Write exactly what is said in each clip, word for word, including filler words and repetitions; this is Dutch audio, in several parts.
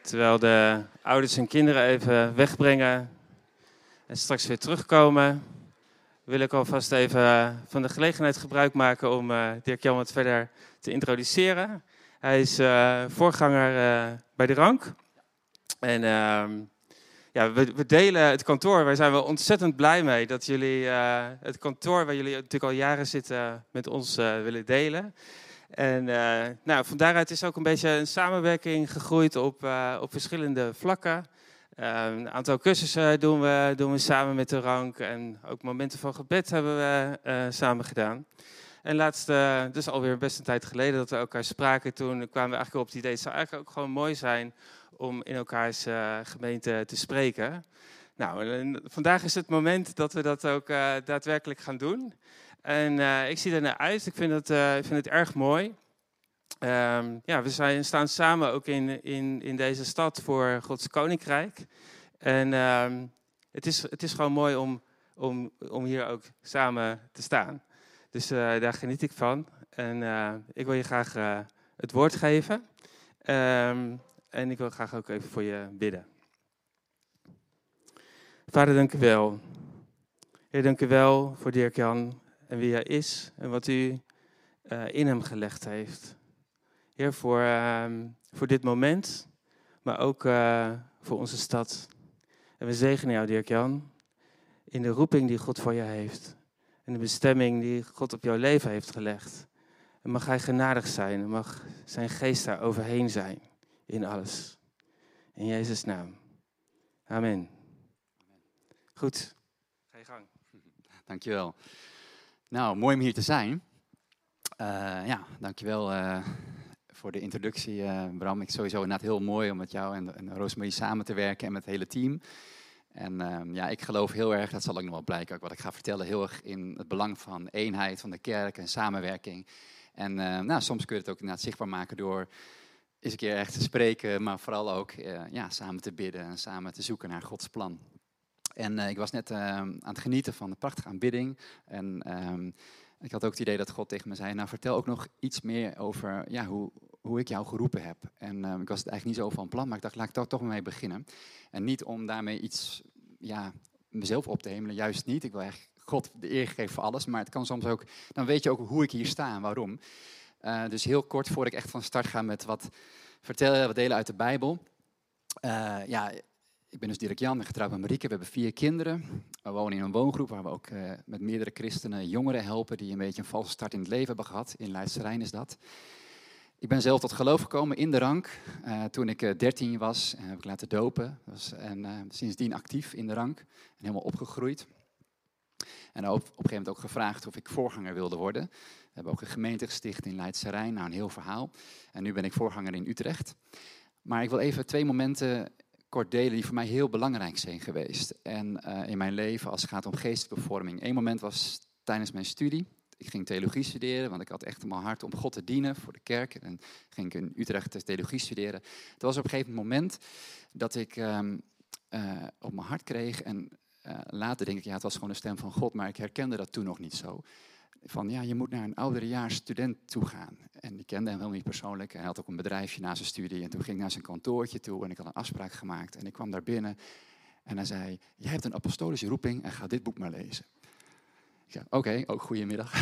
Terwijl de ouders hun kinderen even wegbrengen en straks weer terugkomen, wil ik alvast even van de gelegenheid gebruik maken om uh, Dirk-Jan wat verder te introduceren. Hij is uh, voorganger uh, bij de Rank. En uh, ja, we, we delen het kantoor. Wij zijn wel ontzettend blij mee dat jullie uh, het kantoor waar jullie natuurlijk al jaren zitten met ons uh, willen delen. En uh, nou, van daaruit is ook een beetje een samenwerking gegroeid op, uh, op verschillende vlakken. Uh, een aantal cursussen doen we, doen we samen met de Rank en ook momenten van gebed hebben we uh, samen gedaan. En laatst, uh, dus alweer best een tijd geleden dat we elkaar spraken, toen kwamen we eigenlijk op het idee, het zou eigenlijk ook gewoon mooi zijn om in elkaars uh, gemeente te spreken. Nou, en vandaag is het moment dat we dat ook uh, daadwerkelijk gaan doen. En uh, ik zie er naar uit, ik vind het, uh, ik vind het erg mooi. Um, ja, we zijn, staan samen ook in, in, in deze stad voor Gods Koninkrijk. En um, het, is, het is gewoon mooi om, om, om hier ook samen te staan. Dus uh, daar geniet ik van. En uh, ik wil je graag uh, het woord geven. Um, en ik wil graag ook even voor je bidden. Vader, dank u wel. Heer, dank u wel voor Dirk-Jan en wie hij is en wat u uh, in hem gelegd heeft. Heer, voor, uh, voor dit moment, maar ook uh, voor onze stad. En we zegenen jou, Dirk-Jan, in de roeping die God voor je heeft. En de bestemming die God op jouw leven heeft gelegd. En mag hij genadig zijn, en mag zijn geest daar overheen zijn in alles. In Jezus' naam. Amen. Goed, ga je gang. Dankjewel. Nou, mooi om hier te zijn. Uh, ja, dankjewel uh, voor de introductie, uh, Bram. Ik sowieso inderdaad heel mooi om met jou en, en Rosemarie samen te werken en met het hele team. En uh, ja, ik geloof heel erg, dat zal ook nog wel blijken, ook wat ik ga vertellen, heel erg in het belang van eenheid, van de kerk en samenwerking. En uh, nou, soms kun je het ook inderdaad zichtbaar maken door eens een keer echt te spreken, maar vooral ook uh, ja, samen te bidden en samen te zoeken naar Gods plan. En uh, ik was net uh, aan het genieten van de prachtige aanbidding. En um, ik had ook het idee dat God tegen me zei, nou vertel ook nog iets meer over ja, hoe, hoe ik jou geroepen heb. En uh, ik was het eigenlijk niet zo van plan, maar ik dacht, laat ik daar toch mee beginnen. En niet om daarmee iets, ja, mezelf op te hemelen, juist niet. Ik wil eigenlijk God de eer geven voor alles, maar het kan soms ook, dan weet je ook hoe ik hier sta en waarom. Uh, dus heel kort, voordat ik echt van start ga met wat vertellen, wat delen uit de Bijbel. Uh, ja... Ik ben dus Dirk-Jan, ben getrouwd met Marieke. We hebben vier kinderen. We wonen in een woongroep waar we ook uh, met meerdere christenen jongeren helpen die een beetje een valse start in het leven hebben gehad. In Leidse Rijn is dat. Ik ben zelf tot geloof gekomen in de Rank. Uh, toen ik uh, dertien was, uh, heb ik laten dopen. Was, en uh, sindsdien actief in de Rank. En helemaal opgegroeid. En op, op een gegeven moment ook gevraagd of ik voorganger wilde worden. We hebben ook een gemeente gesticht in Leidse Rijn. Nou, een heel verhaal. En nu ben ik voorganger in Utrecht. Maar ik wil even twee momenten kort delen die voor mij heel belangrijk zijn geweest. En uh, in mijn leven als het gaat om geestelijke vorming. Eén moment was tijdens mijn studie. Ik ging theologie studeren, want ik had echt mijn hart om God te dienen voor de kerk. En ging ik in Utrecht theologie studeren. Het was op een gegeven moment dat ik um, uh, op mijn hart kreeg. En uh, later denk ik, ja, het was gewoon de stem van God. Maar ik herkende dat toen nog niet zo. Van ja, je moet naar een ouderejaars student toe gaan. En ik kende hem helemaal niet persoonlijk. Hij had ook een bedrijfje na zijn studie. En toen ging ik naar zijn kantoortje toe en ik had een afspraak gemaakt. En ik kwam daar binnen en hij zei, jij hebt een apostolische roeping en ga dit boek maar lezen. Ik zei, oké, okay, ook goedemiddag.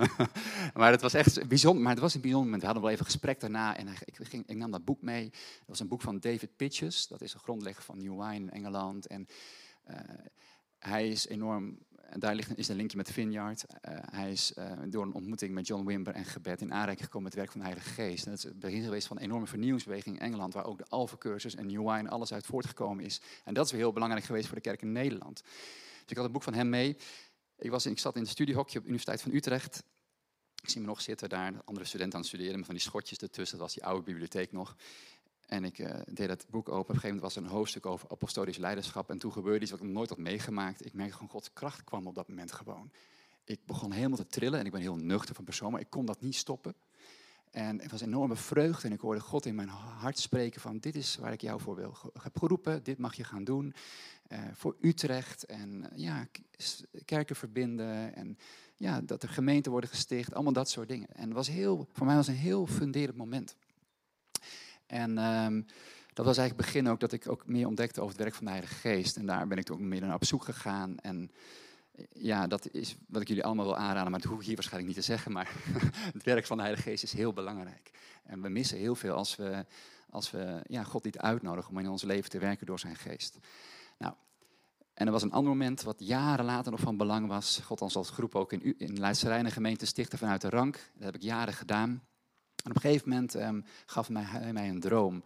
Maar het was echt bijzonder. Maar het was een bijzonder moment. We hadden wel even een gesprek daarna en ik, ging, ik nam dat boek mee. Dat was een boek van David Pitches. Dat is een grondlegger van New Wine in Engeland. En uh, hij is enorm. En daar ligt, is een linkje met Vineyard. Uh, hij is uh, door een ontmoeting met John Wimber en gebed in aanraking gekomen met het werk van de Heilige Geest. En dat is het begin geweest van een enorme vernieuwingsbeweging in Engeland, waar ook de Alpha-cursus en New Wine alles uit voortgekomen is. En dat is weer heel belangrijk geweest voor de kerk in Nederland. Dus ik had een boek van hem mee. Ik, was in, ik zat in het studiehokje op de Universiteit van Utrecht. Ik zie me nog zitten daar, andere studenten aan het studeren, met van die schotjes ertussen. Dat was die oude bibliotheek nog. En ik uh, deed dat boek open. Op een gegeven moment was er een hoofdstuk over apostolisch leiderschap. En toen gebeurde iets wat ik nog nooit had meegemaakt. Ik merkte gewoon, Gods kracht kwam op dat moment gewoon. Ik begon helemaal te trillen en ik ben heel nuchter van persoon, maar ik kon dat niet stoppen. En het was een enorme vreugde en ik hoorde God in mijn hart spreken van, dit is waar ik jou voor wil. Ik heb geroepen, dit mag je gaan doen. Uh, voor Utrecht en uh, ja, kerken verbinden en ja, dat er gemeenten worden gesticht. Allemaal dat soort dingen. En het was heel, voor mij was het een heel funderend moment. En um, dat was eigenlijk het begin ook dat ik ook meer ontdekte over het werk van de Heilige Geest. En daar ben ik ook meer naar op zoek gegaan. En ja, dat is wat ik jullie allemaal wil aanraden, maar dat hoef ik hier waarschijnlijk niet te zeggen. Maar het werk van de Heilige Geest is heel belangrijk. En we missen heel veel als we, als we ja, God niet uitnodigen om in ons leven te werken door zijn geest. Nou, en er was een ander moment wat jaren later nog van belang was. God ons als groep ook in, in Leidse Rijn een gemeente stichten vanuit de rank. Dat heb ik jaren gedaan. En op een gegeven moment um, gaf mij, hij mij een droom.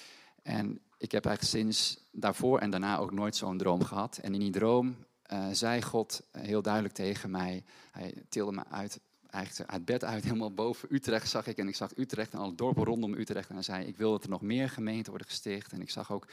En ik heb eigenlijk sinds daarvoor en daarna ook nooit zo'n droom gehad. En in die droom uh, zei God heel duidelijk tegen mij. Hij tilde me uit, eigenlijk uit bed uit, helemaal boven Utrecht zag ik. En ik zag Utrecht en alle dorpen rondom Utrecht. En hij zei, ik wil dat er nog meer gemeenten worden gesticht. En ik zag ook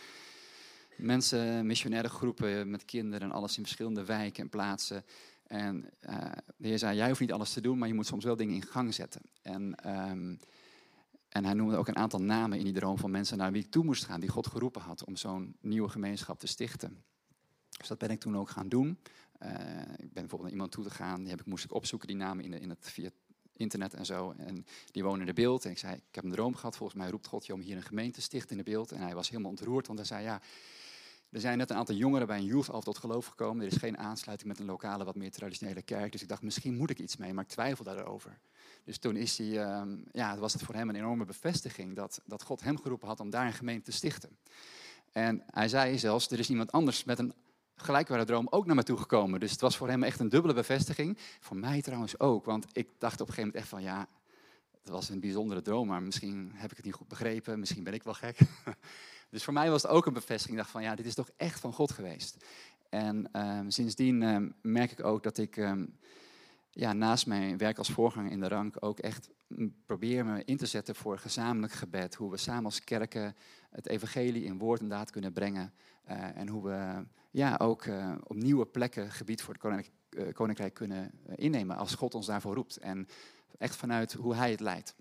mensen, missionaire groepen met kinderen en alles in verschillende wijken en plaatsen. En uh, de Heer zei, jij hoeft niet alles te doen, maar je moet soms wel dingen in gang zetten. En, um, en hij noemde ook een aantal namen in die droom van mensen naar wie ik toe moest gaan, die God geroepen had om zo'n nieuwe gemeenschap te stichten. Dus dat ben ik toen ook gaan doen. Uh, ik ben bijvoorbeeld naar iemand toe te gaan, die heb ik, moest ik opzoeken, die namen in, de, in het, via internet en zo. En die woonde in de Beeld. En ik zei, ik heb een droom gehad, volgens mij roept God je om hier een gemeente te stichten in de Beeld. En hij was helemaal ontroerd, want hij zei, ja, er zijn net een aantal jongeren bij een youth al tot geloof gekomen. Er is geen aansluiting met een lokale, wat meer traditionele kerk. Dus ik dacht, misschien moet ik iets mee, maar ik twijfel daarover. Dus toen is hij, um, ja, was het voor hem een enorme bevestiging dat, dat God hem geroepen had om daar een gemeente te stichten. En hij zei zelfs, er is iemand anders met een gelijkbare droom ook naar me toe gekomen. Dus het was voor hem echt een dubbele bevestiging. Voor mij trouwens ook, want ik dacht op een gegeven moment echt van, ja, het was een bijzondere droom, maar misschien heb ik het niet goed begrepen, misschien ben ik wel gek. Dus voor mij was het ook een bevestiging. Ik dacht van, ja, dit is toch echt van God geweest. En um, sindsdien um, merk ik ook dat ik um, ja, naast mijn werk als voorganger in de rank ook echt probeer me in te zetten voor gezamenlijk gebed. Hoe we samen als kerken het evangelie in woord en daad kunnen brengen. Uh, en hoe we ja, ook uh, op nieuwe plekken gebied voor het koninkrijk, uh, koninkrijk kunnen uh, innemen als God ons daarvoor roept. En echt vanuit hoe hij het leidt.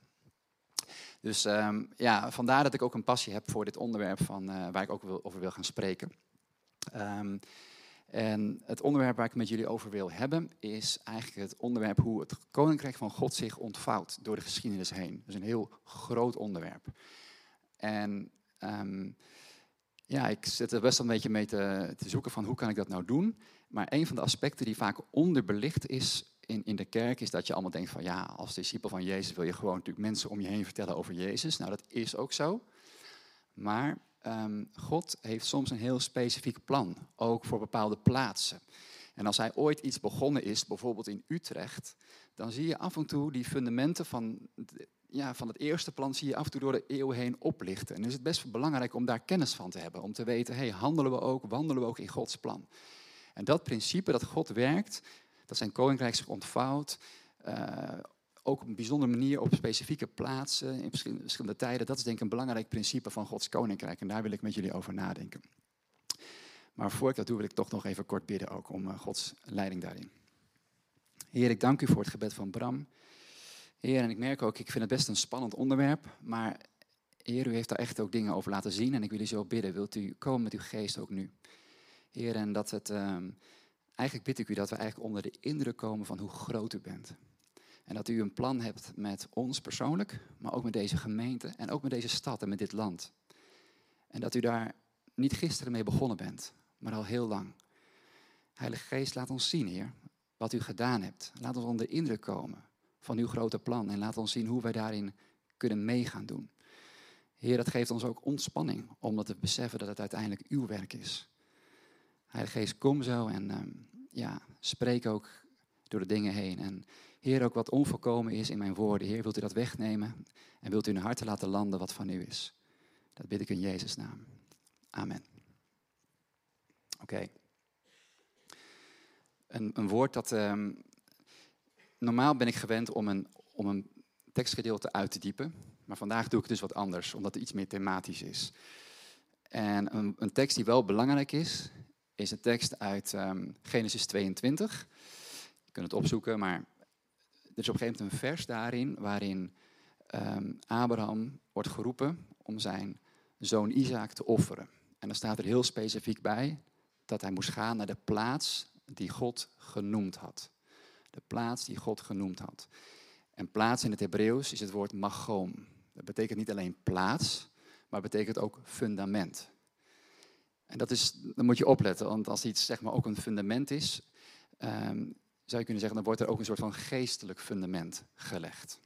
Dus um, ja, vandaar dat ik ook een passie heb voor dit onderwerp van, uh, waar ik ook wil, over wil gaan spreken. Um, en het onderwerp waar ik met jullie over wil hebben is eigenlijk het onderwerp hoe het koninkrijk van God zich ontvouwt door de geschiedenis heen. Dat is een heel groot onderwerp. En um, ja, ik zit er best wel een beetje mee te, te zoeken van hoe kan ik dat nou doen. Maar een van de aspecten die vaak onderbelicht is in, in de kerk is dat je allemaal denkt van ja, als discipel van Jezus wil je gewoon natuurlijk mensen om je heen vertellen over Jezus. Nou, dat is ook zo. Maar um, God heeft soms een heel specifiek plan, ook voor bepaalde plaatsen. En als hij ooit iets begonnen is, bijvoorbeeld in Utrecht, dan zie je af en toe die fundamenten van, ja, van het eerste plan zie je af en toe door de eeuw heen oplichten. En dan is het best belangrijk om daar kennis van te hebben, om te weten, hey, handelen we ook, wandelen we ook in Gods plan. En dat principe dat God werkt, dat zijn koninkrijk zich ontvouwt, uh, ook op een bijzondere manier op specifieke plaatsen, in verschillende, verschillende tijden. Dat is denk ik een belangrijk principe van Gods koninkrijk. En daar wil ik met jullie over nadenken. Maar voor ik dat doe, wil ik toch nog even kort bidden ook om uh, Gods leiding daarin. Heer, ik dank u voor het gebed van Bram. Heer, en ik merk ook, ik vind het best een spannend onderwerp. Maar Heer, u heeft daar echt ook dingen over laten zien. En ik wil u zo bidden, wilt u komen met uw geest ook nu. Heer, en dat het... Uh, Eigenlijk bid ik u dat we eigenlijk onder de indruk komen van hoe groot u bent. En dat u een plan hebt met ons persoonlijk, maar ook met deze gemeente en ook met deze stad en met dit land. En dat u daar niet gisteren mee begonnen bent, maar al heel lang. Heilige Geest, laat ons zien, Heer, wat u gedaan hebt. Laat ons onder de indruk komen van uw grote plan en laat ons zien hoe wij daarin kunnen mee gaan doen. Heer, dat geeft ons ook ontspanning, omdat we beseffen dat het uiteindelijk uw werk is. Heilige Geest, kom zo en um, ja, spreek ook door de dingen heen. En Heer, ook wat onvolkomen is in mijn woorden. Heer, wilt u dat wegnemen en wilt u in de harten laten landen wat van u is. Dat bid ik in Jezus' naam. Amen. Oké. Okay. Een, een woord dat... Um, normaal ben ik gewend om een, om een tekstgedeelte uit te diepen. Maar vandaag doe ik het dus wat anders, omdat het iets meer thematisch is. En een, een tekst die wel belangrijk is... is een tekst uit um, Genesis tweeëntwintig. Je kunt het opzoeken, maar er is op een gegeven moment een vers daarin... waarin um, Abraham wordt geroepen om zijn zoon Isaac te offeren. En dan staat er heel specifiek bij dat hij moest gaan naar de plaats die God genoemd had. De plaats die God genoemd had. En plaats in het Hebreeuws is het woord magom. Dat betekent niet alleen plaats, maar betekent ook fundament. En dat is, dan moet je opletten, want als iets zeg maar ook een fundament is, um, zou je kunnen zeggen, dan wordt er ook een soort van geestelijk fundament gelegd.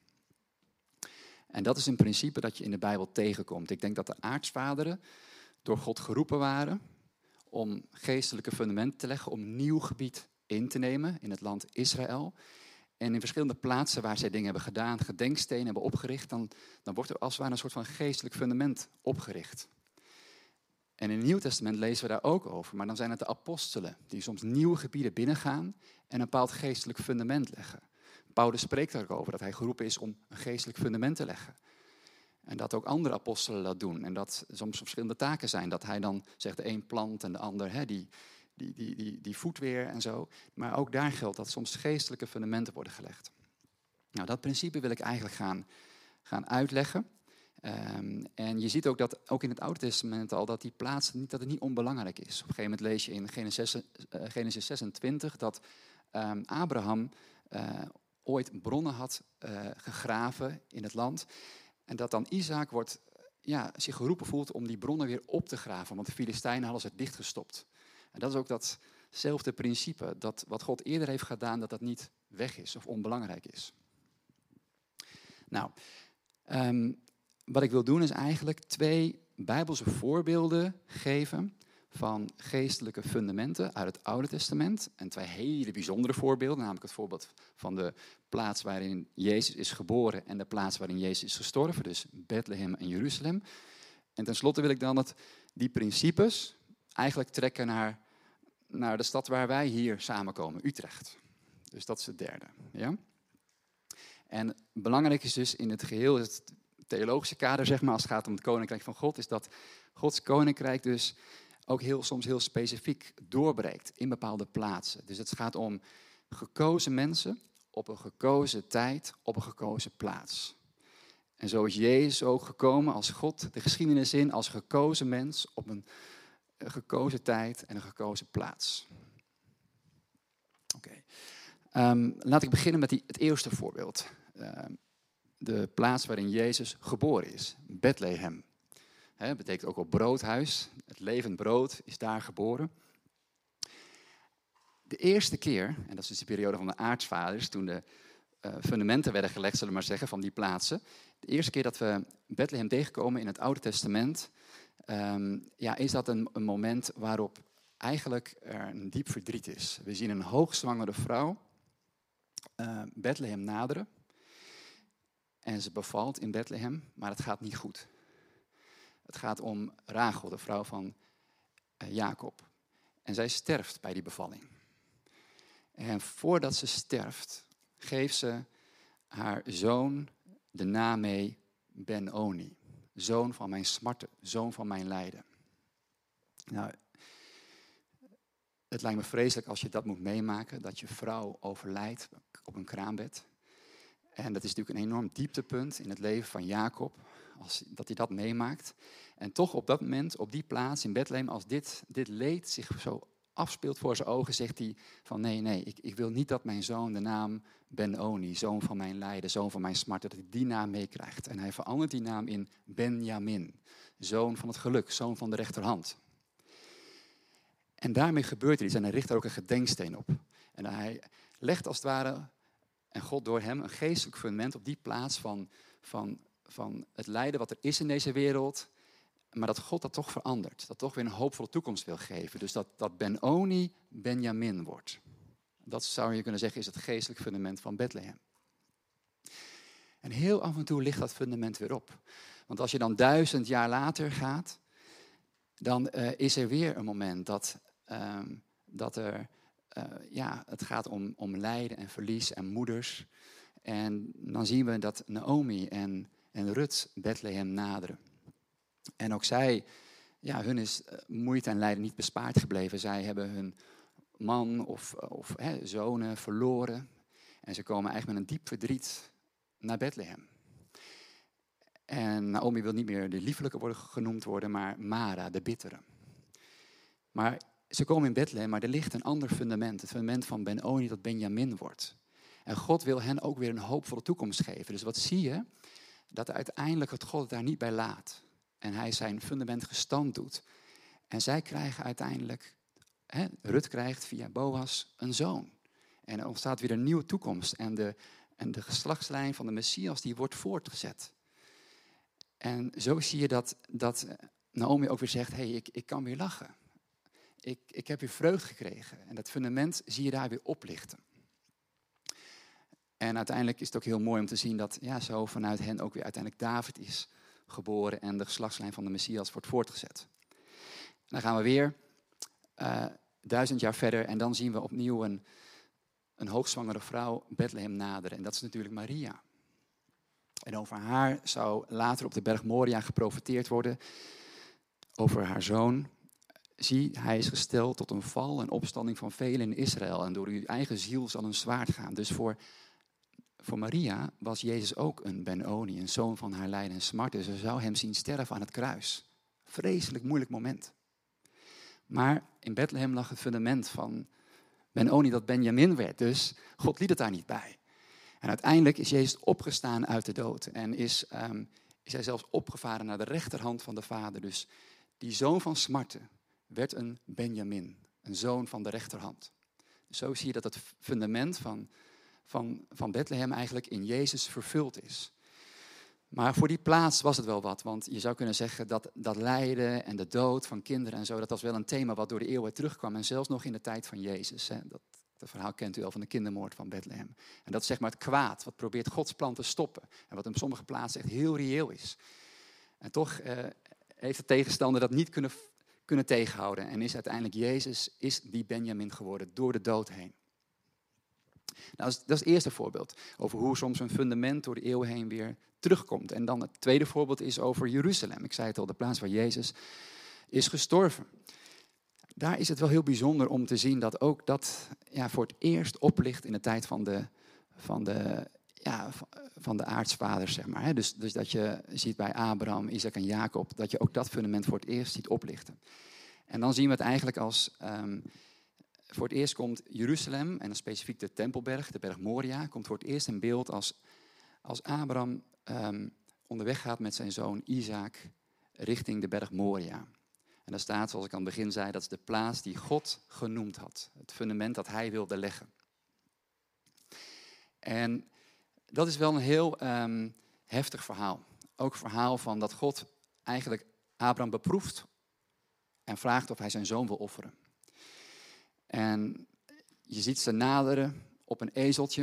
En dat is een principe dat je in de Bijbel tegenkomt. Ik denk dat de aartsvaderen door God geroepen waren om geestelijke fundamenten te leggen, om nieuw gebied in te nemen in het land Israël. En in verschillende plaatsen waar zij dingen hebben gedaan, gedenkstenen hebben opgericht, dan, dan wordt er als het ware een soort van geestelijk fundament opgericht. En in het Nieuw Testament lezen we daar ook over, maar dan zijn het de apostelen die soms nieuwe gebieden binnengaan en een bepaald geestelijk fundament leggen. Paulus spreekt daar ook over, dat hij geroepen is om een geestelijk fundament te leggen. En dat ook andere apostelen dat doen. En dat soms verschillende taken zijn. Dat hij dan zegt de een plant en de ander hè, die, die, die, die, die voedt weer en zo. Maar ook daar geldt dat soms geestelijke fundamenten worden gelegd. Nou, dat principe wil ik eigenlijk gaan, gaan uitleggen. Um, en je ziet ook dat ook in het Oude Testament al dat die plaats niet, dat het niet onbelangrijk is. Op een gegeven moment lees je in Genesis, uh, Genesis zesentwintig dat um, Abraham uh, ooit bronnen had uh, gegraven in het land. En dat dan Isaac wordt, ja, zich geroepen voelt om die bronnen weer op te graven. Want de Filistijnen hadden ze dichtgestopt. En dat is ook datzelfde principe. Dat wat God eerder heeft gedaan, dat dat niet weg is of onbelangrijk is. Nou, um, wat ik wil doen is eigenlijk twee Bijbelse voorbeelden geven van geestelijke fundamenten uit het Oude Testament. En twee hele bijzondere voorbeelden, namelijk het voorbeeld van de plaats waarin Jezus is geboren en de plaats waarin Jezus is gestorven, dus Bethlehem en Jeruzalem. En tenslotte wil ik dan dat die principes eigenlijk trekken naar, naar de stad waar wij hier samenkomen, Utrecht. Dus dat is het derde. Ja? En belangrijk is dus in het geheel, het theologische kader, zeg maar, als het gaat om het koninkrijk van God, is dat Gods koninkrijk dus ook heel, soms heel specifiek doorbreekt in bepaalde plaatsen. Dus het gaat om gekozen mensen op een gekozen tijd, op een gekozen plaats. En zo is Jezus ook gekomen als God de geschiedenis in, als gekozen mens op een gekozen tijd en een gekozen plaats. Oké. Okay. Um, laat ik beginnen met die, het eerste voorbeeld. Um, de plaats waarin Jezus geboren is, Bethlehem. Dat betekent ook wel broodhuis. Het levend brood is daar geboren. De eerste keer, en dat is dus de periode van de aartsvaders, toen de uh, fundamenten werden gelegd, zullen we maar zeggen, van die plaatsen. De eerste keer dat we Bethlehem tegenkomen in het Oude Testament, um, ja, is dat een, een moment waarop eigenlijk er een diep verdriet is. We zien een hoogzwangere vrouw uh, Bethlehem naderen. En ze bevalt in Bethlehem, maar het gaat niet goed. Het gaat om Rachel, de vrouw van uh, Jacob. En zij sterft bij die bevalling. En voordat ze sterft, geeft ze haar zoon de naam mee Ben-Oni. Zoon van mijn smarten, zoon van mijn lijden. Nou, het lijkt me vreselijk als je dat moet meemaken, dat je vrouw overlijdt op een kraambed. En dat is natuurlijk een enorm dieptepunt in het leven van Jacob, als, dat hij dat meemaakt. En toch op dat moment, op die plaats in Bethlehem, als dit, dit leed zich zo afspeelt voor zijn ogen, zegt hij van nee, nee, ik, ik wil niet dat mijn zoon de naam Ben-Oni, zoon van mijn lijden, zoon van mijn smarten, dat hij die naam meekrijgt. En hij verandert die naam in Benjamin, zoon van het geluk, zoon van de rechterhand. En daarmee gebeurt er iets en hij richt er ook een gedenksteen op. En hij legt als het ware, en God door hem, een geestelijk fundament op die plaats van, van, van het lijden wat er is in deze wereld. Maar dat God dat toch verandert. Dat toch weer een hoopvolle toekomst wil geven. Dus dat, dat Ben-Oni Benjamin wordt. Dat zou je kunnen zeggen is het geestelijk fundament van Bethlehem. En heel af en toe ligt dat fundament weer op. Want als je dan duizend jaar later gaat, dan uh, is er weer een moment dat, uh, dat er, uh, ja, het gaat om, om lijden en verlies en moeders. En dan zien we dat Naomi en, en Rut Bethlehem naderen. En ook zij, ja, hun is moeite en lijden niet bespaard gebleven. Zij hebben hun man of, of hè, zonen verloren. En ze komen eigenlijk met een diep verdriet naar Bethlehem. En Naomi wil niet meer de liefelijke worden genoemd worden, maar Mara, de bittere. Maar ze komen in Bethlehem, maar er ligt een ander fundament. Het fundament van Ben-Oni dat Benjamin wordt. En God wil hen ook weer een hoopvolle toekomst geven. Dus wat zie je? Dat uiteindelijk het God het daar niet bij laat. en hij zijn fundament gestand doet. En zij krijgen uiteindelijk, hè, Rut krijgt via Boas een zoon. En er ontstaat weer een nieuwe toekomst. En de, en de geslachtslijn van de Messias die wordt voortgezet. En zo zie je dat, dat Naomi ook weer zegt, hé, hey, ik, ik kan weer lachen. Ik, ik heb weer vreugde gekregen. En dat fundament zie je daar weer oplichten. En uiteindelijk is het ook heel mooi om te zien dat ja, zo vanuit hen ook weer uiteindelijk David is geboren en de geslachtslijn van de Messias wordt voortgezet. En dan gaan we weer uh, duizend jaar verder en dan zien we opnieuw een, een hoogzwangere vrouw Bethlehem naderen. En dat is natuurlijk Maria. En over haar zou later op de berg Moria geprofeteerd worden, over haar zoon. Zie, hij is gesteld tot een val en opstanding van velen in Israël. En door uw eigen ziel zal een zwaard gaan. Dus voor, voor Maria was Jezus ook een Ben-Oni, een zoon van haar lijden en smart. Dus ze zou hem zien sterven aan het kruis. Vreselijk moeilijk moment. Maar in Bethlehem lag het fundament van Ben-Oni dat Benjamin werd. Dus God liet het daar niet bij. En uiteindelijk is Jezus opgestaan uit de dood. En is, um, is hij zelfs opgevaren naar de rechterhand van de Vader. Dus die zoon van smarten werd een Benjamin, een zoon van de rechterhand. Dus zo zie je dat het fundament van, van, van Bethlehem eigenlijk in Jezus vervuld is. Maar voor die plaats was het wel wat, want je zou kunnen zeggen dat dat lijden en de dood van kinderen en zo, dat was wel een thema wat door de eeuwen terugkwam. En zelfs nog in de tijd van Jezus. Hè. Dat, dat verhaal kent u wel van de kindermoord van Bethlehem. En dat is zeg maar het kwaad, wat probeert Gods plan te stoppen. En wat op sommige plaatsen echt heel reëel is. En toch uh, heeft de tegenstander dat niet kunnen kunnen tegenhouden. En is uiteindelijk Jezus is die Benjamin geworden door de dood heen. Nou, dat, is, dat is het eerste voorbeeld. Over hoe soms een fundament door de eeuwen heen weer terugkomt. En dan het tweede voorbeeld is over Jeruzalem. Ik zei het al, de plaats waar Jezus is gestorven. Daar is het wel heel bijzonder om te zien dat ook dat ja, voor het eerst oplicht in de tijd van de, van de, ja, van de aartsvaders, zeg maar. Dus, dus dat je ziet bij Abraham, Isaac en Jacob, dat je ook dat fundament voor het eerst ziet oplichten. En dan zien we het eigenlijk als, um, voor het eerst komt Jeruzalem, en dan specifiek de Tempelberg, de berg Moria, komt voor het eerst in beeld als, als Abraham um, onderweg gaat met zijn zoon Isaac richting de berg Moria. En daar staat, zoals ik aan het begin zei, dat is de plaats die God genoemd had. Het fundament dat hij wilde leggen. En dat is wel een heel um, heftig verhaal. Ook een verhaal van dat God eigenlijk Abraham beproeft en vraagt of hij zijn zoon wil offeren. En je ziet ze naderen op een ezeltje.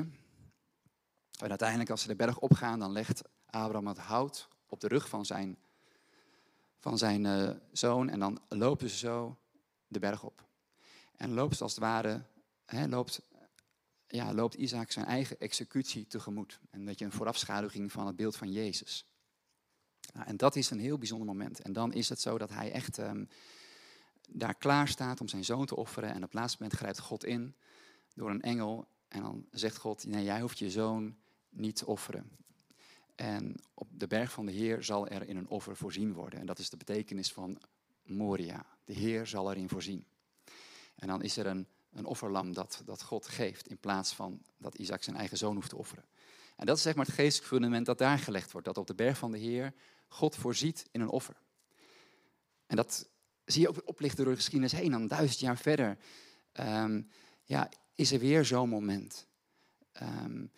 En uiteindelijk als ze de berg opgaan, dan legt Abraham het hout op de rug van zijn, van zijn uh, zoon. En dan lopen ze zo de berg op. En loopt ze als het ware, hè, loopt... Ja, loopt Isaac zijn eigen executie tegemoet. En dat je een voorafschaduwing van het beeld van Jezus. Nou, en dat is een heel bijzonder moment. En dan is het zo dat hij echt um, daar klaar staat om zijn zoon te offeren. En op het laatste moment grijpt God in door een engel. En dan zegt God, nee, jij hoeft je zoon niet te offeren. En op de berg van de Heer zal er in een offer voorzien worden. En dat is de betekenis van Moria. De Heer zal erin voorzien. En dan is er een Een offerlam dat, dat God geeft in plaats van dat Isaac zijn eigen zoon hoeft te offeren. En dat is zeg maar het geestelijk fundament dat daar gelegd wordt. Dat op de berg van de Heer God voorziet in een offer. En dat zie je ook oplichten door de geschiedenis heen. Dan duizend jaar verder um, ja, is er weer zo'n moment. Um,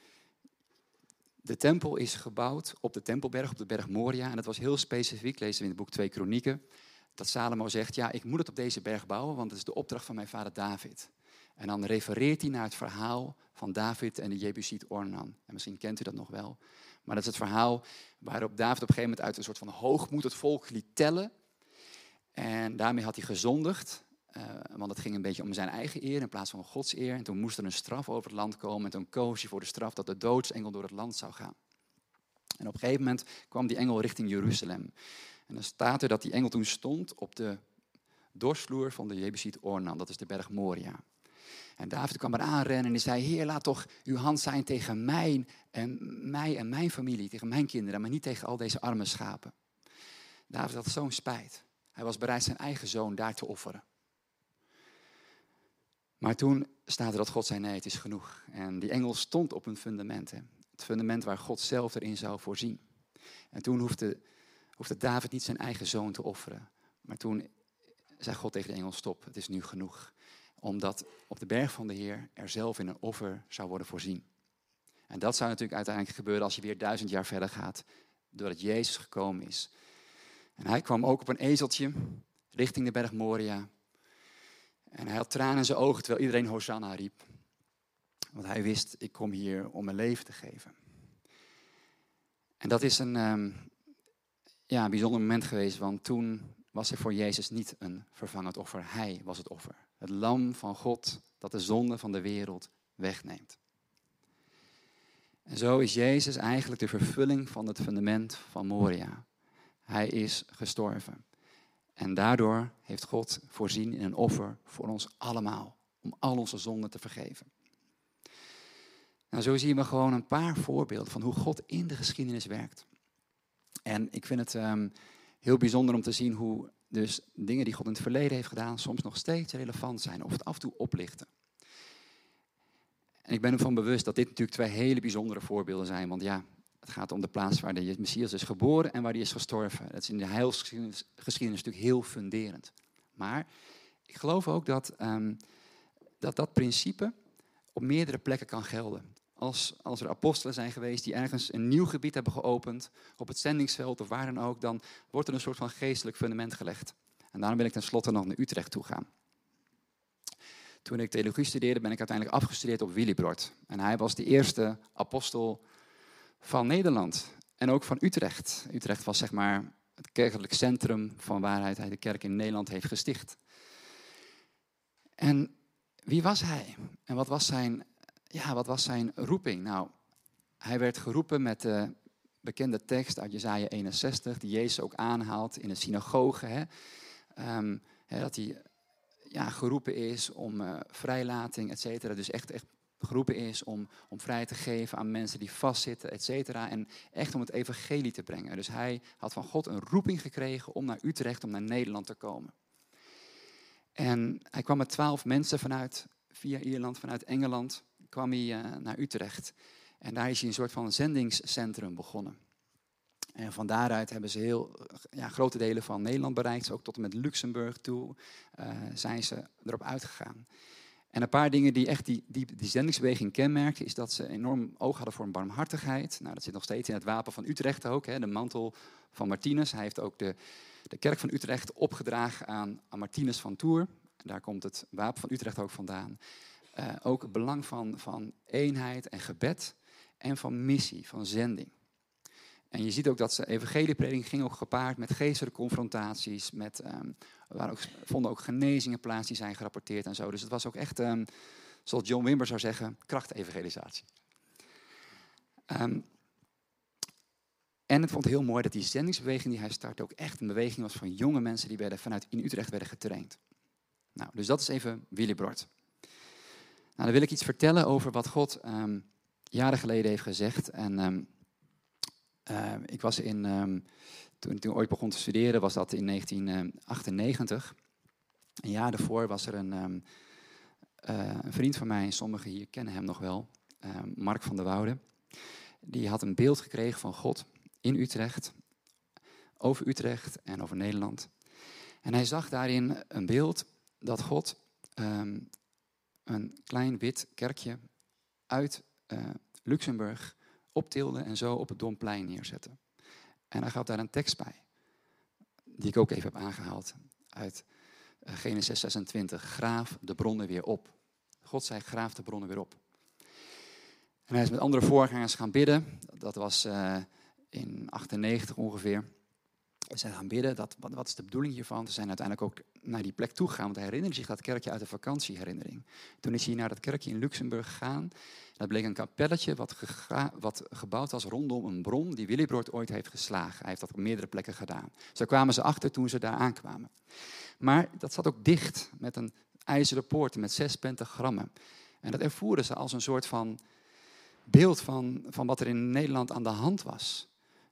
de tempel is gebouwd op de Tempelberg, op de berg Moria. En dat was heel specifiek, lezen we in het boek twee Kronieken. Dat Salomo zegt, ja, ik moet het op deze berg bouwen, want het is de opdracht van mijn vader David. En dan refereert hij naar het verhaal van David en de Jebusiet Ornan. En misschien kent u dat nog wel. Maar dat is het verhaal waarop David op een gegeven moment uit een soort van hoogmoed het volk liet tellen. En daarmee had hij gezondigd, uh, want het ging een beetje om zijn eigen eer in plaats van Gods eer. En toen moest er een straf over het land komen en toen koos hij voor de straf dat de doodsengel door het land zou gaan. En op een gegeven moment kwam die engel richting Jeruzalem. En dan staat er dat die engel toen stond op de dorsvloer van de Jebusiet Ornan. Dat is de berg Moria. En David kwam eraan rennen en hij zei, Heer, laat toch uw hand zijn tegen mij en, mij en mijn familie, tegen mijn kinderen, maar niet tegen al deze arme schapen. David had zo'n spijt. Hij was bereid zijn eigen zoon daar te offeren. Maar toen staat er dat God zei, nee, het is genoeg. En die engel stond op een fundament. Hè. Het fundament waar God zelf erin zou voorzien. En toen hoefde, hoefde David niet zijn eigen zoon te offeren. Maar toen zei God tegen de engel, stop, het is nu genoeg. Omdat op de berg van de Heer er zelf in een offer zou worden voorzien. En dat zou natuurlijk uiteindelijk gebeuren als je weer duizend jaar verder gaat. Doordat Jezus gekomen is. En hij kwam ook op een ezeltje richting de berg Moria. En hij had tranen in zijn ogen terwijl iedereen Hosanna riep. Want hij wist, ik kom hier om mijn leven te geven. En dat is een, um, ja, een bijzonder moment geweest. Want toen was er voor Jezus niet een vervangend offer. Hij was het offer. Het lam van God dat de zonde van de wereld wegneemt. En zo is Jezus eigenlijk de vervulling van het fundament van Moria. Hij is gestorven. En daardoor heeft God voorzien in een offer voor ons allemaal. Om al onze zonden te vergeven. Nou, zo zien we gewoon een paar voorbeelden van hoe God in de geschiedenis werkt. En ik vind het um, heel bijzonder om te zien hoe dus dingen die God in het verleden heeft gedaan soms nog steeds relevant zijn. Of het af en toe oplichten. En ik ben ervan bewust dat dit natuurlijk twee hele bijzondere voorbeelden zijn. Want ja, het gaat om de plaats waar de Messias is geboren en waar hij is gestorven. Dat is in de heilsgeschiedenis natuurlijk heel funderend. Maar ik geloof ook dat, um, dat dat principe op meerdere plekken kan gelden. Als, als er apostelen zijn geweest die ergens een nieuw gebied hebben geopend, op het zendingsveld of waar dan ook, dan wordt er een soort van geestelijk fundament gelegd. En daarom wil ik tenslotte nog naar Utrecht toe gaan. Toen ik theologie studeerde, ben ik uiteindelijk afgestudeerd op Willibrord. En hij was de eerste apostel van Nederland en ook van Utrecht. Utrecht was zeg maar het kerkelijk centrum van waaruit hij de kerk in Nederland heeft gesticht. En wie was hij? En wat was zijn, ja, wat was zijn roeping? Nou, hij werd geroepen met de bekende tekst uit Jesaja eenenzestig, die Jezus ook aanhaalt in de synagoge. Hè? Um, hè, dat hij ja, geroepen is om uh, vrijlating, et cetera. Dus echt, echt geroepen is om, om vrij te geven aan mensen die vastzitten, et cetera. En echt om het evangelie te brengen. Dus hij had van God een roeping gekregen om naar Utrecht, om naar Nederland te komen. En hij kwam met twaalf mensen vanuit, via Ierland, vanuit Engeland, kwam hij uh, naar Utrecht. En daar is hij een soort van zendingscentrum begonnen. En van daaruit hebben ze heel ja, grote delen van Nederland bereikt. Ook tot en met Luxemburg toe uh, zijn ze erop uitgegaan. En een paar dingen die echt die, die, die zendingsbeweging kenmerkten, is dat ze enorm oog hadden voor een barmhartigheid. Nou, dat zit nog steeds in het wapen van Utrecht ook, hè, de mantel van Martinus. Hij heeft ook de, de kerk van Utrecht opgedragen aan, aan Martinus van Tours. En daar komt het wapen van Utrecht ook vandaan. Uh, ook het belang van, van eenheid en gebed en van missie, van zending. En je ziet ook dat ze evangeliepreding ging ook gepaard met geestelijke confrontaties. Met, um, er waren ook, vonden ook genezingen plaats die zijn gerapporteerd en zo. Dus het was ook echt, um, zoals John Wimber zou zeggen, krachtevangelisatie. Um, en ik vond het heel mooi dat die zendingsbeweging die hij startte ook echt een beweging was van jonge mensen die werden vanuit in Utrecht werden getraind. Nou, dus dat is even Willibrord. Nou, dan wil ik iets vertellen over wat God um, jaren geleden heeft gezegd. En um, uh, ik was in, um, toen ik ooit begon te studeren, was dat in negentien achtennegentig. Een jaar daarvoor was er een, um, uh, een vriend van mij, en sommigen hier kennen hem nog wel, uh, Mark van der Woude. Die had een beeld gekregen van God in Utrecht, over Utrecht en over Nederland. En hij zag daarin een beeld dat God um, een klein wit kerkje uit uh, Luxemburg optilde en zo op het Domplein neerzette. En hij gaf daar een tekst bij, die ik ook even heb aangehaald uit uh, Genesis zesentwintig. Graaf de bronnen weer op. God zei, graaf de bronnen weer op. En hij is met andere voorgangers gaan bidden. Dat was uh, in achtennegentig ongeveer. We zijn gaan bidden, dat, wat, wat is de bedoeling hiervan? Ze zijn uiteindelijk ook naar die plek toe gegaan, want hij herinnerde zich dat kerkje uit de vakantieherinnering. Toen is hij naar dat kerkje in Luxemburg gegaan. Dat bleek een kapelletje wat, gega- wat gebouwd was rondom een bron die Willibrord ooit heeft geslagen. Hij heeft dat op meerdere plekken gedaan. Zo kwamen ze achter toen ze daar aankwamen. Maar dat zat ook dicht met een ijzeren poort met zes pentagrammen. En dat ervoeren ze als een soort van beeld van, van wat er in Nederland aan de hand was.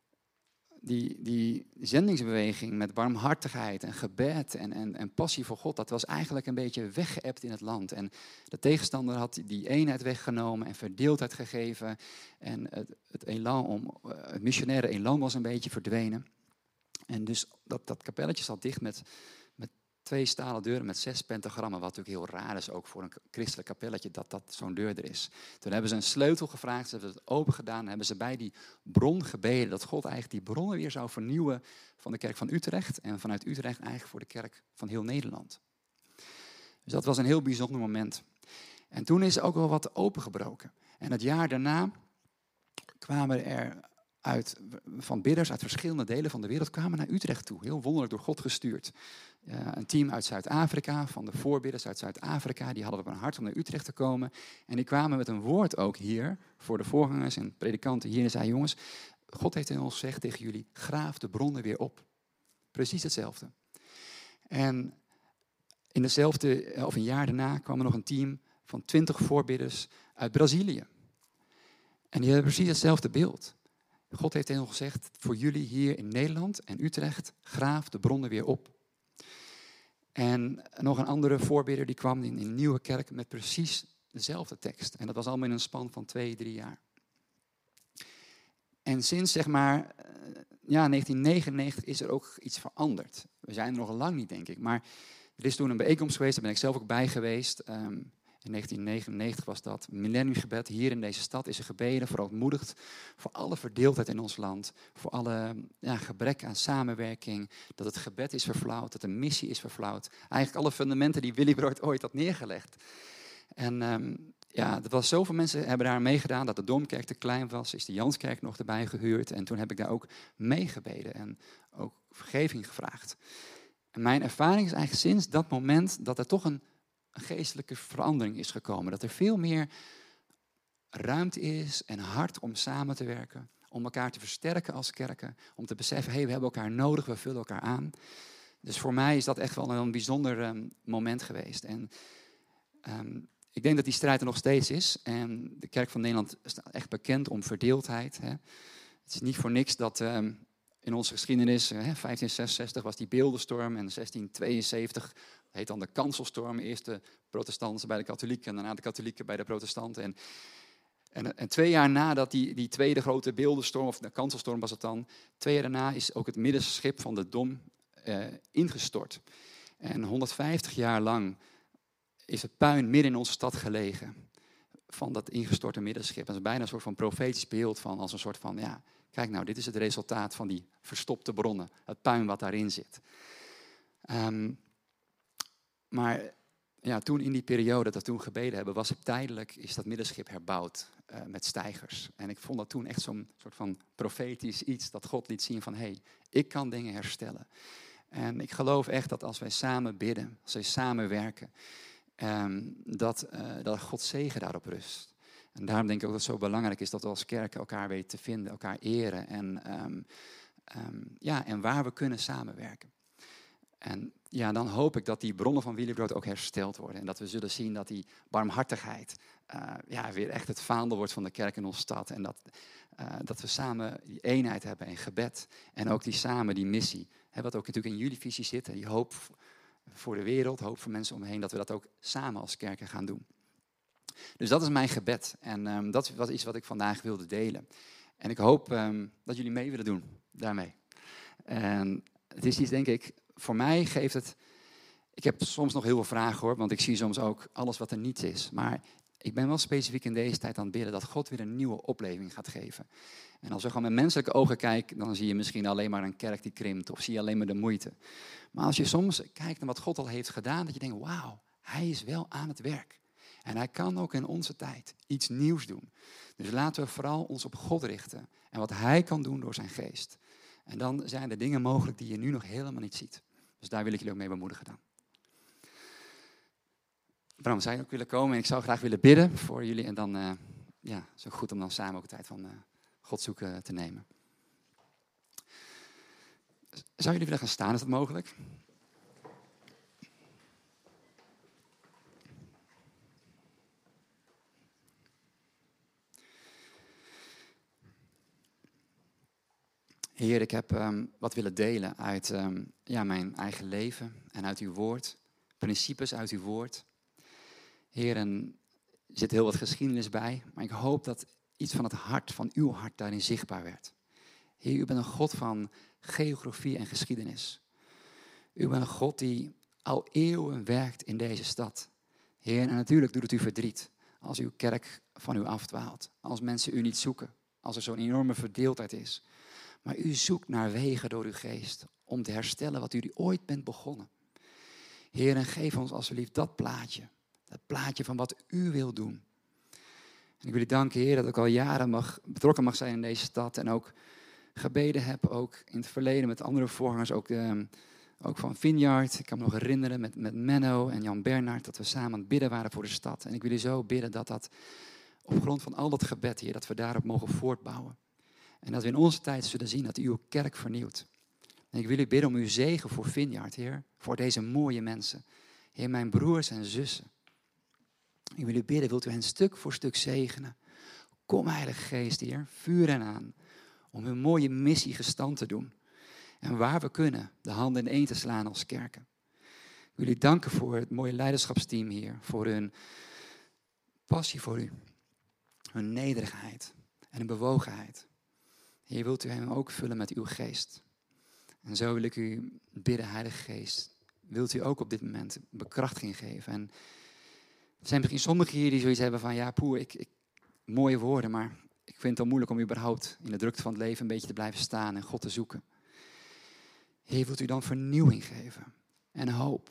Die, die zendingsbeweging met barmhartigheid en gebed en, en, en passie voor God, dat was eigenlijk een beetje weggeëpt in het land. En de tegenstander had die eenheid weggenomen en verdeeldheid gegeven. En het, het, elan om, het missionaire elan was een beetje verdwenen. En dus dat, dat kapelletje zat dicht met, met twee stalen deuren met zes pentagrammen. Wat natuurlijk heel raar is ook voor een christelijk kapelletje, dat, dat zo'n deur er is. Toen hebben ze een sleutel gevraagd, ze hebben het open gedaan. En hebben ze bij die bron gebeden dat God eigenlijk die bronnen weer zou vernieuwen van de kerk van Utrecht. En vanuit Utrecht eigenlijk voor de kerk van heel Nederland. Dus dat was een heel bijzonder moment. En toen is er ook wel wat opengebroken. En het jaar daarna kwamen er uit, van bidders uit verschillende delen van de wereld kwamen naar Utrecht toe. Heel wonderlijk door God gestuurd. Uh, een team uit Zuid-Afrika, van de voorbidders uit Zuid-Afrika, die hadden op hun hart om naar Utrecht te komen. En die kwamen met een woord ook hier, voor de voorgangers en predikanten hier. En zeiden, jongens, God heeft in ons gezegd tegen jullie, graaf de bronnen weer op. Precies hetzelfde. En in dezelfde, of een jaar daarna, kwam er nog een team van twintig voorbidders uit Brazilië. En die hebben precies hetzelfde beeld. God heeft tegen ons gezegd, voor jullie hier in Nederland en Utrecht, graaf de bronnen weer op. En nog een andere voorbidder die kwam in een nieuwe kerk met precies dezelfde tekst. En dat was allemaal in een span van twee, drie jaar. En sinds zeg maar ja, negentien negenennegentig is er ook iets veranderd. We zijn er nog lang niet, denk ik. Maar er is toen een bijeenkomst geweest, daar ben ik zelf ook bij geweest. Um, In negentien negenennegentig was dat millenniumgebed. Hier in deze stad is er gebeden, verootmoedigd voor alle verdeeldheid in ons land. Voor alle ja, gebrek aan samenwerking. Dat het gebed is verflauwd, dat de missie is verflauwd. Eigenlijk alle fundamenten die Willy Brood ooit had neergelegd. En um, ja, er was zoveel mensen hebben daar meegedaan dat de Domkerk te klein was. Is de Janskerk nog erbij gehuurd. En toen heb ik daar ook meegebeden en ook vergeving gevraagd. En mijn ervaring is eigenlijk sinds dat moment dat er toch een een geestelijke verandering is gekomen. Dat er veel meer ruimte is en hart om samen te werken. Om elkaar te versterken als kerken. Om te beseffen, hey, we hebben elkaar nodig, we vullen elkaar aan. Dus voor mij is dat echt wel een bijzonder um, moment geweest. En um, ik denk dat die strijd er nog steeds is. En de Kerk van Nederland staat echt bekend om verdeeldheid. Hè. Het is niet voor niks dat um, in onze geschiedenis, hè, vijftien zesenzestig was die beeldenstorm en zestien tweeënzeventig... Dat heet dan de kanselstorm. Eerst de protestanten bij de katholieken en daarna de katholieken bij de protestanten. En, en, en twee jaar nadat die, die tweede grote beeldenstorm, of de kanselstorm was het dan, twee jaar daarna is ook het middenschip van de Dom eh, ingestort. En honderdvijftig jaar lang is het puin midden in onze stad gelegen van dat ingestorte middenschip. Dat is bijna een soort van profetisch beeld van, als een soort van, ja, kijk nou, dit is het resultaat van die verstopte bronnen. Het puin wat daarin zit. Um, Maar ja, toen in die periode dat we toen gebeden hebben, was het tijdelijk, is dat middenschip herbouwd uh, met steigers. En ik vond dat toen echt zo'n soort van profetisch iets, dat God liet zien van, hé, hey, ik kan dingen herstellen. En ik geloof echt dat als wij samen bidden, als wij samen werken, um, dat, uh, dat God zegen daarop rust. En daarom denk ik ook dat het zo belangrijk is dat we als kerk elkaar weten te vinden, elkaar eren en, um, um, ja, en waar we kunnen samenwerken. En ja, dan hoop ik dat die bronnen van Willy Brood ook hersteld worden. En dat we zullen zien dat die barmhartigheid uh, ja, weer echt het vaandel wordt van de kerk in onze stad. En dat, uh, dat we samen die eenheid hebben in gebed. En ook die samen die missie. Hè, wat ook natuurlijk in jullie visie zit. Die hoop voor de wereld, hoop voor mensen omheen. Dat we dat ook samen als kerken gaan doen. Dus dat is mijn gebed. En um, dat was iets wat ik vandaag wilde delen. En ik hoop um, dat jullie mee willen doen daarmee. En het is iets, denk ik, voor mij geeft het... Ik heb soms nog heel veel vragen hoor, want ik zie soms ook alles wat er niet is. Maar ik ben wel specifiek in deze tijd aan het bidden dat God weer een nieuwe opleving gaat geven. En als we gewoon met menselijke ogen kijken, dan zie je misschien alleen maar een kerk die krimpt. Of zie je alleen maar de moeite. Maar als je soms kijkt naar wat God al heeft gedaan, dat je denkt, wauw, hij is wel aan het werk. En hij kan ook in onze tijd iets nieuws doen. Dus laten we vooral ons op God richten. En wat hij kan doen door zijn geest. En dan zijn er dingen mogelijk die je nu nog helemaal niet ziet. Dus daar wil ik jullie ook mee bemoedigen dan. Bram, zou je ook willen komen? En ik zou graag willen bidden voor jullie. En dan, uh, ja, zo goed om dan samen ook de tijd van uh, God zoeken te nemen. Zou jullie willen gaan staan? Is dat mogelijk? Heer, ik heb um, wat willen delen uit um, ja, mijn eigen leven en uit uw woord. Principes uit uw woord. Heer, en er zit heel wat geschiedenis bij. Maar ik hoop dat iets van het hart, van uw hart daarin zichtbaar werd. Heer, u bent een God van geografie en geschiedenis. U bent een God die al eeuwen werkt in deze stad. Heer, en natuurlijk doet het u verdriet als uw kerk van u afdwaalt. Als mensen u niet zoeken. Als er zo'n enorme verdeeldheid is. Maar u zoekt naar wegen door uw geest om te herstellen wat u ooit bent begonnen. Heer, en geef ons alsjeblieft dat plaatje. Dat plaatje van wat u wil doen. En ik wil u danken, Heer, dat ik al jaren mag, betrokken mag zijn in deze stad. En ook gebeden heb, ook in het verleden met andere voorgangers, ook, de, ook van Vineyard. Ik kan me nog herinneren met, met Menno en Jan Bernhard, dat we samen aan het bidden waren voor de stad. En ik wil u zo bidden dat dat op grond van al dat gebed, Heer, dat we daarop mogen voortbouwen. En dat we in onze tijd zullen zien dat u uw kerk vernieuwt. En ik wil u bidden om uw zegen voor Vineyard, Heer, voor deze mooie mensen. Heer, mijn broers en zussen. Ik wil u bidden, wilt u hen stuk voor stuk zegenen. Kom, Heilige Geest, Heer, vuur hen aan om hun mooie missie gestand te doen. En waar we kunnen, de handen in één te slaan als kerken. Ik wil u danken voor het mooie leiderschapsteam hier, voor hun passie voor u, hun nederigheid en hun bewogenheid. Heer, wilt u hen ook vullen met uw geest. En zo wil ik u bidden, Heilige Geest, wilt u ook op dit moment bekrachtiging geven. En er zijn misschien sommigen hier die zoiets hebben van, ja poeh, ik, ik, mooie woorden, maar ik vind het al moeilijk om überhaupt in de drukte van het leven een beetje te blijven staan en God te zoeken. Heer, wilt u dan vernieuwing geven en hoop.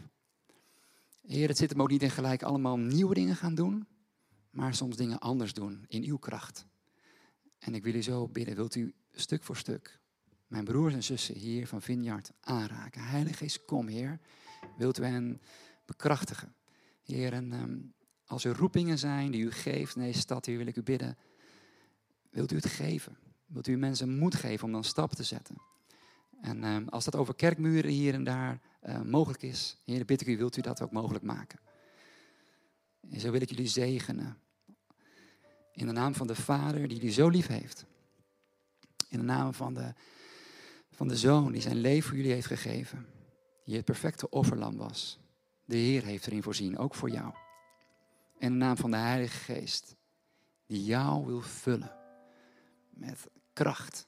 Heer, het zit hem ook niet in gelijk allemaal nieuwe dingen gaan doen, maar soms dingen anders doen in uw kracht. En ik wil u zo bidden, wilt u stuk voor stuk mijn broers en zussen hier van Vineyard aanraken. Heilige Geest, kom, Heer. Wilt u hen bekrachtigen. Heer, en um, als er roepingen zijn die u geeft in deze stad, Heer, wil ik u bidden. Wilt u het geven? Wilt u mensen moed geven om dan stappen te zetten? En um, als dat over kerkmuren hier en daar uh, mogelijk is, Heer, bid ik u, wilt u dat ook mogelijk maken? En zo wil ik jullie zegenen. In de naam van de Vader die jullie zo lief heeft. In de naam van de, van de Zoon die zijn leven voor jullie heeft gegeven. Die het perfecte offerlam was. De Heer heeft erin voorzien, ook voor jou. In de naam van de Heilige Geest. Die jou wil vullen. Met kracht.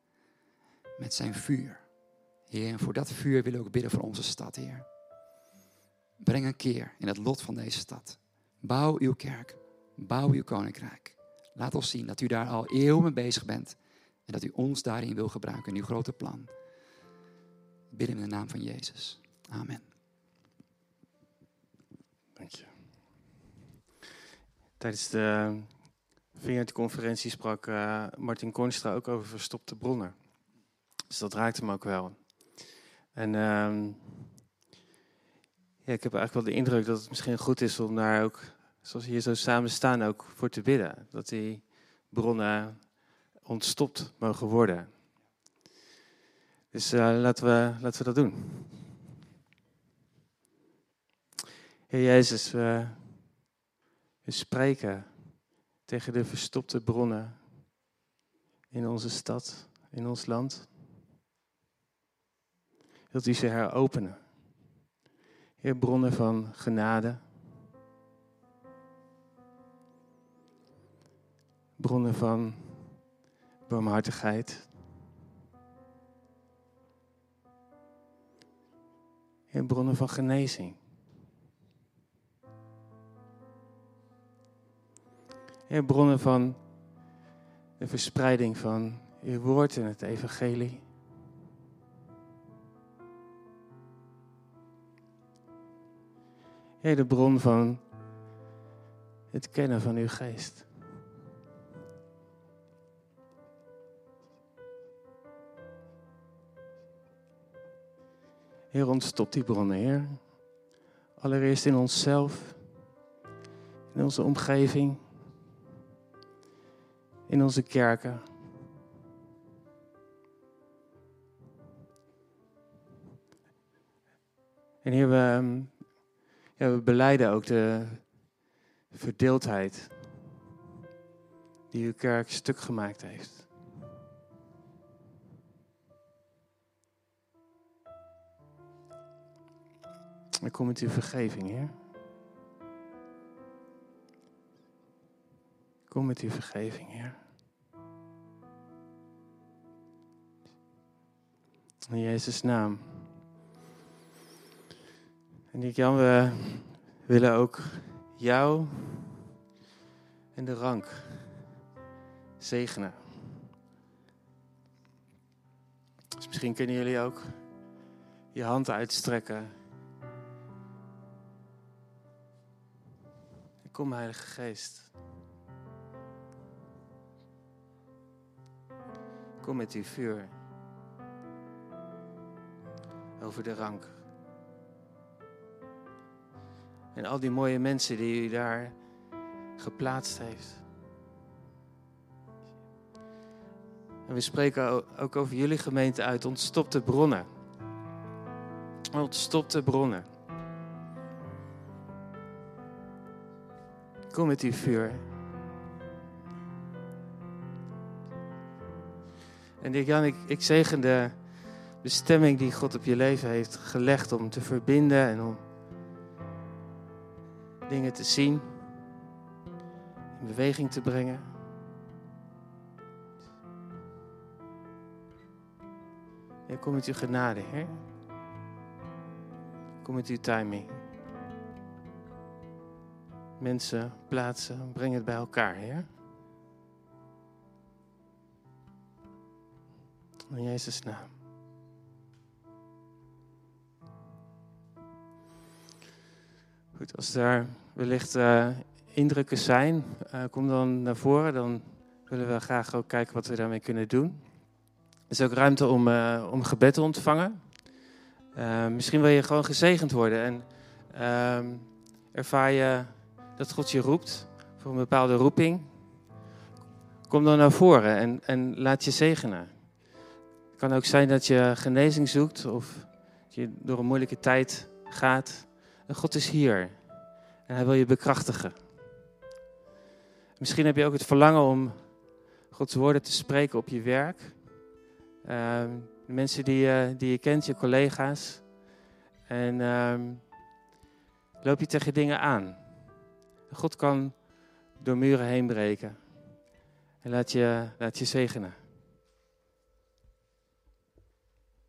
Met zijn vuur. Heer, en voor dat vuur willen we ook bidden voor onze stad, Heer. Breng een keer in het lot van deze stad. Bouw uw kerk. Bouw uw koninkrijk. Laat ons zien dat u daar al eeuwen mee bezig bent. En dat u ons daarin wil gebruiken in uw grote plan. Bidden in de naam van Jezus. Amen. Dank je. Tijdens de Vineyard-conferentie sprak uh, Martin Kornstra ook over verstopte bronnen. Dus dat raakte me ook wel. En uh, ja, ik heb eigenlijk wel de indruk dat het misschien goed is om daar ook, zoals we hier zo samen staan, ook voor te bidden. Dat die bronnen ontstopt mogen worden. Dus uh, laten, we, laten we dat doen. Heer Jezus, we, we spreken tegen de verstopte bronnen in onze stad, in ons land. Wilt u ze heropenen? Heer, bronnen van genade. Bronnen van barmhartigheid. Heer, bronnen van genezing. Heer, bronnen van de verspreiding van uw woord en het evangelie. Heer, de bron van het kennen van uw geest. Heer, ontstop die bronnen, Heer. Allereerst in onszelf, in onze omgeving, in onze kerken. En Heer, we, ja, we belijden ook de verdeeldheid die uw kerk stuk gemaakt heeft. En kom met uw vergeving, Heer. Kom met uw vergeving, Heer. In Jezus' naam. En Dirk-Jan, we willen ook jou en de rank zegenen. Dus misschien kunnen jullie ook je hand uitstrekken. Kom, Heilige Geest. Kom met uw vuur over de rank. En al die mooie mensen die u daar geplaatst heeft. En we spreken ook over jullie gemeente uit, ontstopte bronnen. Ontstopte bronnen. Kom met uw vuur. En Dirk-Jan, ik, ik zegen de bestemming die God op je leven heeft gelegd om te verbinden en om dingen te zien, in beweging te brengen. Ja, kom met uw genade, Heer. Kom met uw timing. Mensen, plaatsen, breng het bij elkaar, Heer. In Jezus' naam. Goed, als er wellicht uh, indrukken zijn, uh, kom dan naar voren. Dan willen we graag ook kijken wat we daarmee kunnen doen. Er is ook ruimte om, uh, om gebed te ontvangen. Uh, misschien wil je gewoon gezegend worden en uh, ervaar je dat God je roept voor een bepaalde roeping. Kom dan naar voren en, en laat je zegenen. Het kan ook zijn dat je genezing zoekt of dat je door een moeilijke tijd gaat. En God is hier en hij wil je bekrachtigen. Misschien heb je ook het verlangen om Gods woorden te spreken op je werk. Uh, de mensen die je, die je kent, je collega's. En uh, loop je tegen dingen aan. God kan door muren heen breken. En laat je, laat je zegenen.